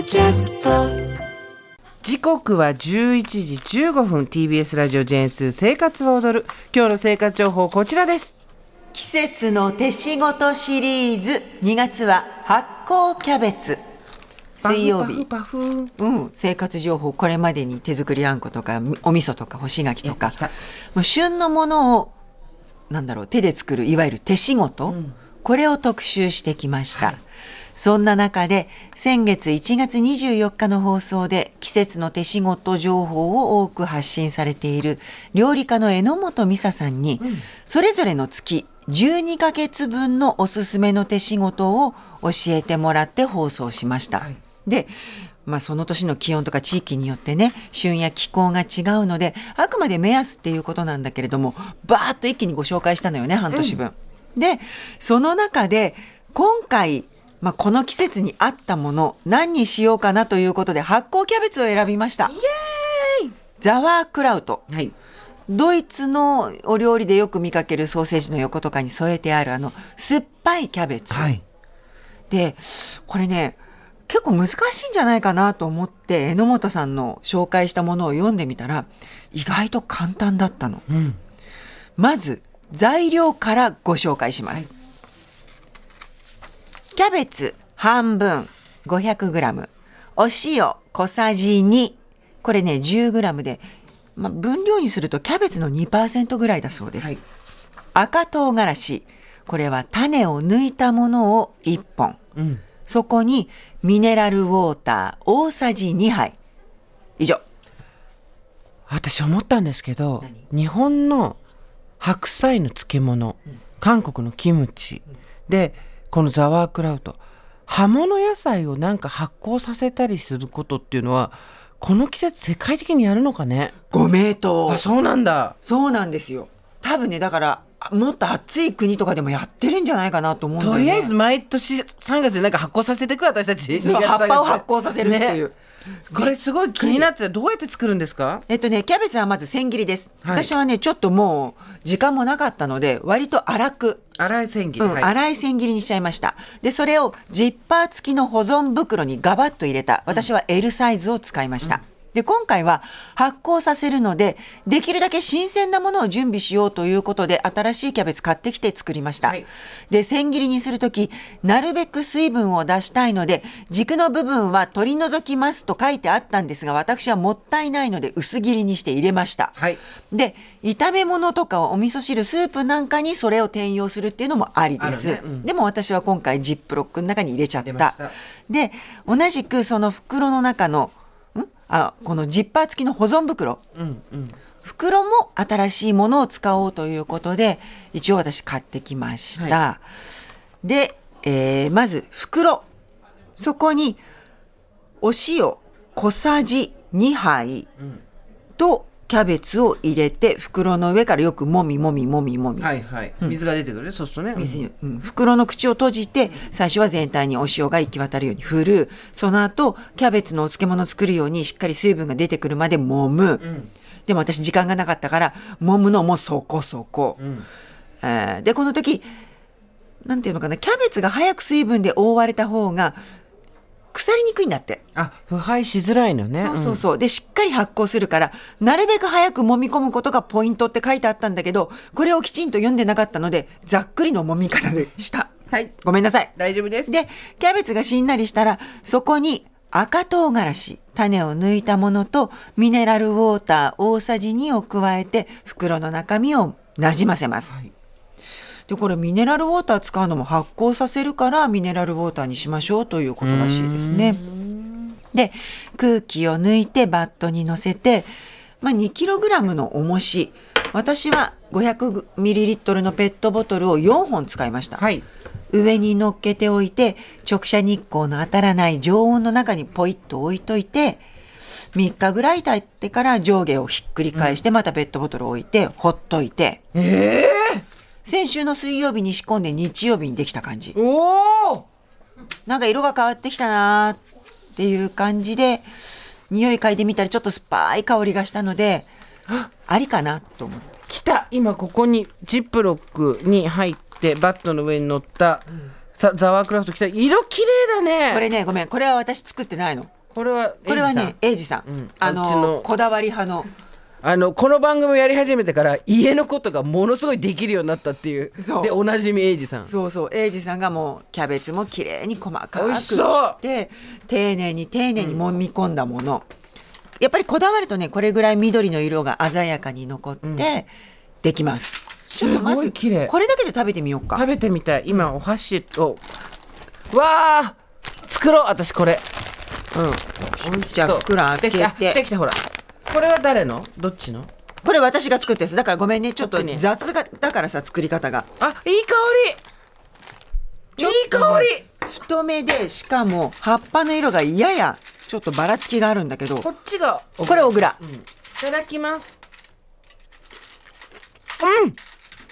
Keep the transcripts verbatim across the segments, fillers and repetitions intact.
キャスト。 時刻はじゅういちじじゅうごふん。 ティービーエス ラジオジェーンスー生活は踊る。今日の生活情報こちらです。 季節の手仕事シリーズ、にがつは発酵キャベツ。水曜日、 パフパフパフ、 うん、生活情報、これまでに手作りあんことかお味噌とか干し柿とか、もう旬のものをなんだろう手で作るいわゆる手仕事、うん、これを特集してきました、はい。そんな中で先月いちがつにじゅうよっかの放送で季節の手仕事情報を多く発信されている料理家の榎本美沙さんに、うん、それぞれの月じゅうにかげつぶんのおすすめの手仕事を教えてもらって放送しました、はい。で、まあ、その年の気温とか地域によってね、旬や気候が違うのであくまで目安っていうことなんだけれども、バーッと一気にご紹介したのよね、半年分、うん、でその中で今回、まあ、この季節に合ったもの何にしようかなということで発酵キャベツを選びました。イエーイ。ザワークラウト、はい、ドイツのお料理でよく見かけるソーセージの横とかに添えてあるあの酸っぱいキャベツ、はい、でこれね結構難しいんじゃないかなと思って榎本さんの紹介したものを読んでみたら意外と簡単だったの、うん、まず材料からご紹介します、はい。キャベツ半分 ごひゃくグラム、 お塩小さじに、これね じゅうグラムで、まあ、分量にするとキャベツの にパーセント ぐらいだそうです、はい。赤唐辛子、これは種を抜いたものをいっぽん、うん、そこにミネラルウォーター大さじにはい、以上。 私思ったんですけど、日本の白菜の漬物、うん、韓国のキムチ、うん、でこのザワークラウト、葉物野菜をなんか発酵させたりすることっていうのはこの季節世界的にやるのかね。 ご名答。 あ、そうなんだ。 そうなんですよ。多分ね、だからもっと暑い国とかでもやってるんじゃないかなと思うんだよね。 とりあえず毎年さんがつでなんか発酵させていく、私たち。 葉っぱを発酵させるっていう、ね、 これすごい気になって、どうやって作るんですか？ えっとね、キャベツはまず千切りです、はい。私はねちょっともう時間もなかったので割と粗く粗い千切り、 うん、はい、粗い千切りにしちゃいました。でそれをジッパー付きの保存袋にガバッと入れた、私は エル サイズを使いました、うん。で今回は発酵させるのでできるだけ新鮮なものを準備しようということで新しいキャベツ買ってきて作りました、はい。で千切りにするときなるべく水分を出したいので軸の部分は取り除きますと書いてあったんですが、私はもったいないので薄切りにして入れました、はい。で炒め物とかお味噌汁スープなんかにそれを転用するっていうのもありです、ね、うん、でも私は今回ジップロックの中に入れちゃった。で同じくその袋の中のあこのジッパー付きの保存袋、うんうん、袋も新しいものを使おうということで一応私買ってきました、はい。で、えー、まず袋、そこにお塩小さじにはいとキャベツを入れて袋の上からよくもみもみもみもみ、 はいはい、うん、水が出てくるね、そうするとね、 水、うん、袋の口を閉じて最初は全体にお塩が行き渡るように振る。その後キャベツのお漬物を作るようにしっかり水分が出てくるまで揉む、うん、でも私時間がなかったから揉むのもそこそこ、うん、えー、でこの時なんていうのかな、キャベツが早く水分で覆われた方が腐りにくいんだって。 あ、腐敗しづらいのね。 そうそうそう、うん、でしっかり発酵するからなるべく早く揉み込むことがポイントって書いてあったんだけど、これをきちんと読んでなかったのでざっくりの揉み方でした。はい、ごめんなさい。 大丈夫です。 でキャベツがしんなりしたらそこに赤唐辛子、種を抜いたものとミネラルウォーター大さじにを加えて袋の中身をなじませます、はい。でこれミネラルウォーター使うのも発酵させるからミネラルウォーターにしましょうということらしいですね。で空気を抜いてバットに乗せて、まあ、にキログラムの重し、私は ごひゃくミリリットルのペットボトルをよんほん使いました、はい。上に乗っけておいて直射日光の当たらない常温の中にポイッと置いといてみっかぐらい経ってから上下をひっくり返してまたペットボトルを置いてほっといて、 うん、えー先週の水曜日に仕込んで日曜日にできた感じ。 おー、 なんか色が変わってきたなっていう感じで匂い嗅いでみたらちょっと酸っぱい香りがしたのでありかなと思って。 来た、今ここにジップロックに入ってバットの上に乗った、うん、ザワークラフト来た。色綺麗だね。 これね、ごめん、これは私作ってないの。 これはこれはね英二さん、うん、あののこだわり派のあのこの番組をやり始めてから家のことがものすごいできるようになったっていうでおなじみ英二さん。 そうそう英二さんがもうキャベツもきれいに細かく切って丁寧に丁寧に揉み込んだもの、うん、やっぱりこだわるとねこれぐらい緑の色が鮮やかに残ってできます、うん、ちょっとまずこれだけで食べてみようか。 食べてみたい。今お箸とわー作ろう私これ。 うん、じゃあ袋開けてできたできたほらこれは誰のどっちのこれ私が作ったやつだからごめんねちょっと雑がだからさ作り方があいい香りいい香り太めでしかも葉っぱの色がややちょっとばらつきがあるんだけどこっちがこれ小倉、 うん、いただきます。うんおいし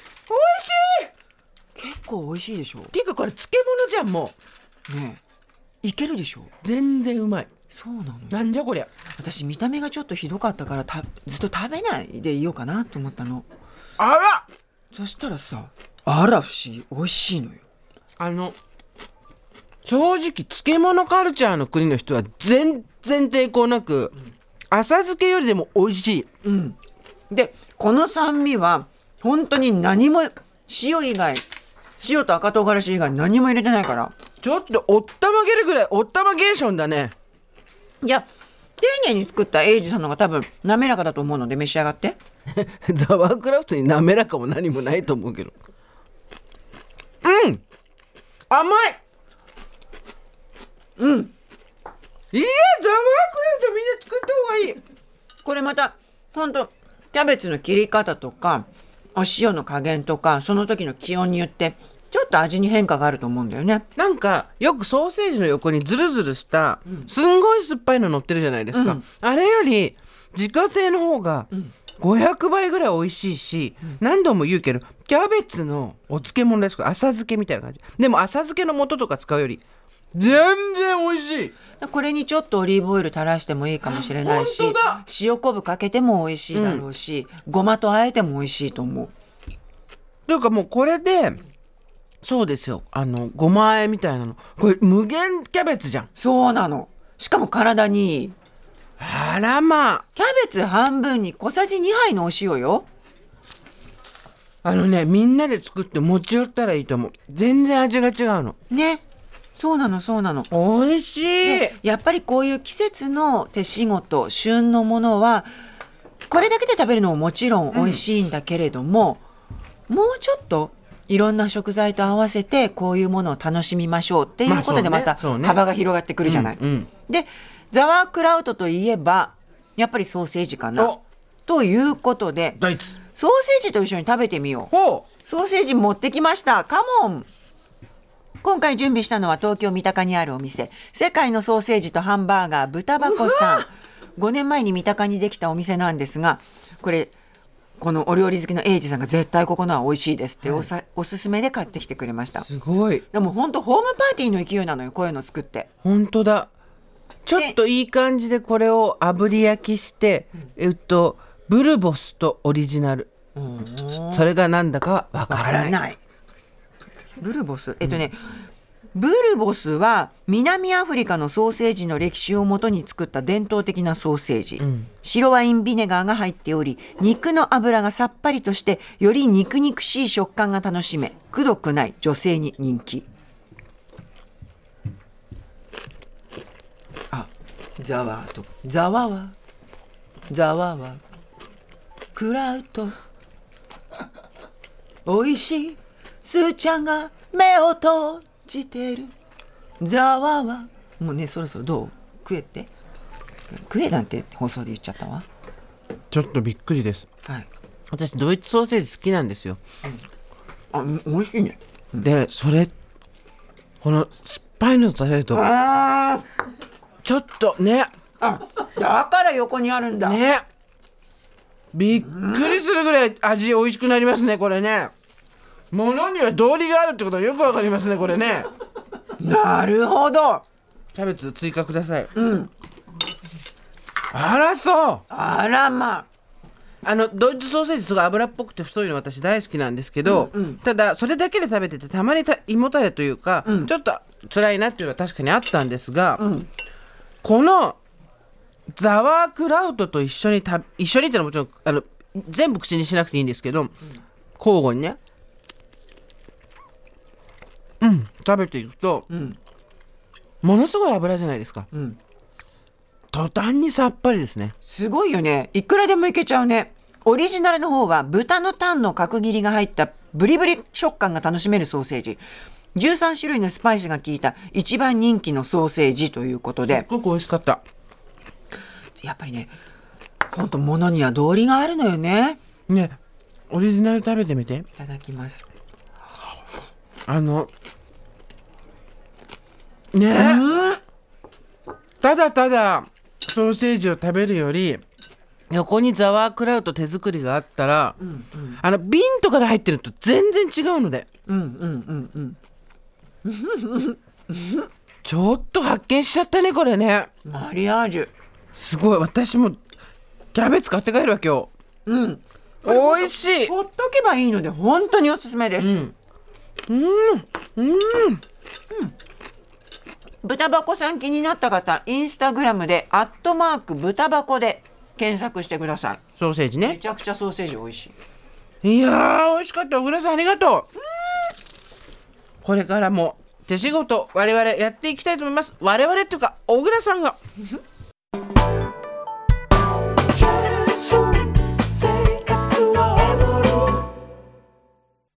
い結構美味しいでしょ。 っていうかこれ漬物じゃんもうねえいけるでしょ。 全然うまい。 そうなの。 なんじゃこりゃ。 私見た目がちょっとひどかったからたずっと食べないでいようかなと思ったの。 あらそしたらさあら不思議美味しいのよ。 あの正直漬物カルチャーの国の人は全然抵抗なく、うん、浅漬けよりでも美味しい、 うん、でこの酸味は本当に何も塩以外塩と赤唐辛子以外何も入れてないからちょっとおったまげるぐらいおったまゲーションだね。 いや丁寧に作った英二さんのが多分滑らかだと思うので召し上がってザワークラフトに滑らかも何もないと思うけどうん甘いうんいやザワークラフトみんな作った方がいい。 これまたほんとキャベツの切り方とかお塩の加減とかその時の気温によってちょっと味に変化があると思うんだよね。 なんかよくソーセージの横にズルズルしたすんごい酸っぱいの乗ってるじゃないですか、うん、あれより自家製の方がごひゃくばいぐらい美味しいし、うん、何度も言うけどキャベツのお漬物ですから浅漬けみたいな感じでも浅漬けの素とか使うより全然美味しい。 これにちょっとオリーブオイル垂らしてもいいかもしれないし塩昆布かけても美味しいだろうし、うん、ごまとあえても美味しいと思う。 というかもうこれでそうですよあのごま和えみたいなのこれ無限キャベツじゃん。 そうなの。しかも体にいい。 あらまあキャベツ半分に小さじにはいのお塩よ。 あのねみんなで作って持ち寄ったらいいと思う。全然味が違うのね。そうなのそうなの美味しい。 やっぱりこういう季節の手仕事旬のものはこれだけで食べるのももちろん美味しいんだけれども、うん、もうちょっといろんな食材と合わせてこういうものを楽しみましょうっていうことでまた幅が広がってくるじゃない、 まあそうねそうねうんうん、でザワークラウトといえばやっぱりソーセージかなということでドイツソーセージと一緒に食べてみよう。ソーセージ持ってきましたカモン。今回準備したのは東京三鷹にあるお店世界のソーセージとハンバーガー豚箱さん。ごねんまえに三鷹にできたお店なんですがこれこのお料理好きの英二さんが絶対ここのは美味しいですって お, さ、はい、おすすめで買ってきてくれました。 すごい。 でも本当ホームパーティーの勢いなのよこういうの作って。 本当だちょっといい感じでこれを炙り焼きして、えっとブルボスとオリジナルそれがなんだかわからない。ないブルボスえっとね、うん、ブルボスは南アフリカのソーセージの歴史をもとに作った伝統的なソーセージ、うん、白ワインビネガーが入っており肉の脂がさっぱりとしてより肉肉しい食感が楽しめくどくない女性に人気。あザワーとザワワザワワクラウトおいしいスーちゃんが目を閉じてるザワワもうねそろそろどう食えって食えなんて放送で言っちゃったわ。 ちょっとびっくりです、はい、私ドイツソーセージ好きなんですよ、 うん、あ美味しいね、 うん、でそれこの酸っぱいのと食べるとあちょっとねあだから横にあるんだねびっくりするぐらい味美味しくなりますねこれね。ものには道理があるってことはよくわかりますねこれね。 なるほど。 キャベツ追加ください、 うん、 あらそうあらまあのドイツソーセージすごい油っぽくて太いの私大好きなんですけど、うんうん、ただそれだけで食べててたまにた胃もたれというか、うん、ちょっと辛いなっていうのは確かにあったんですが、うん、 このザワークラウトと一緒にた一緒にってのはもちろんあの全部口にしなくていいんですけど、うん、交互にね、うん食べていくと、うん、ものすごい油じゃないですか、うん、途端にさっぱりですね。 すごいよね。いくらでもいけちゃうね。オリジナルの方は豚のタンの角切りが入ったブリブリ食感が楽しめるソーセージ、じゅうさんしゅるいのスパイスが効いた一番人気のソーセージということで、 すっごく美味しかった。 やっぱりね、ほんと物には道理があるのよね。 ね、オリジナル食べてみて。いただきます。 あのねえ、うん、ただただソーセージを食べるより横にザワークラウト手作りがあったら、うんうん、あの瓶とかで入ってると全然違うので、うんうんうんうん、ちょっと発見しちゃったねこれね。 マリアージュすごい。私もキャベツ買って帰るわ今日。うん、美味しい。 ほっとけばいいので本当におすすめです。うんうんうん、うん、豚箱さん気になった方、インスタグラムでアットマーク豚箱で検索してください。 ソーセージね。 めちゃくちゃソーセージ美味しい。いやー美味しかった。小倉さんありがとう。これからも手仕事我々やっていきたいと思います。我々っていうか小倉さんが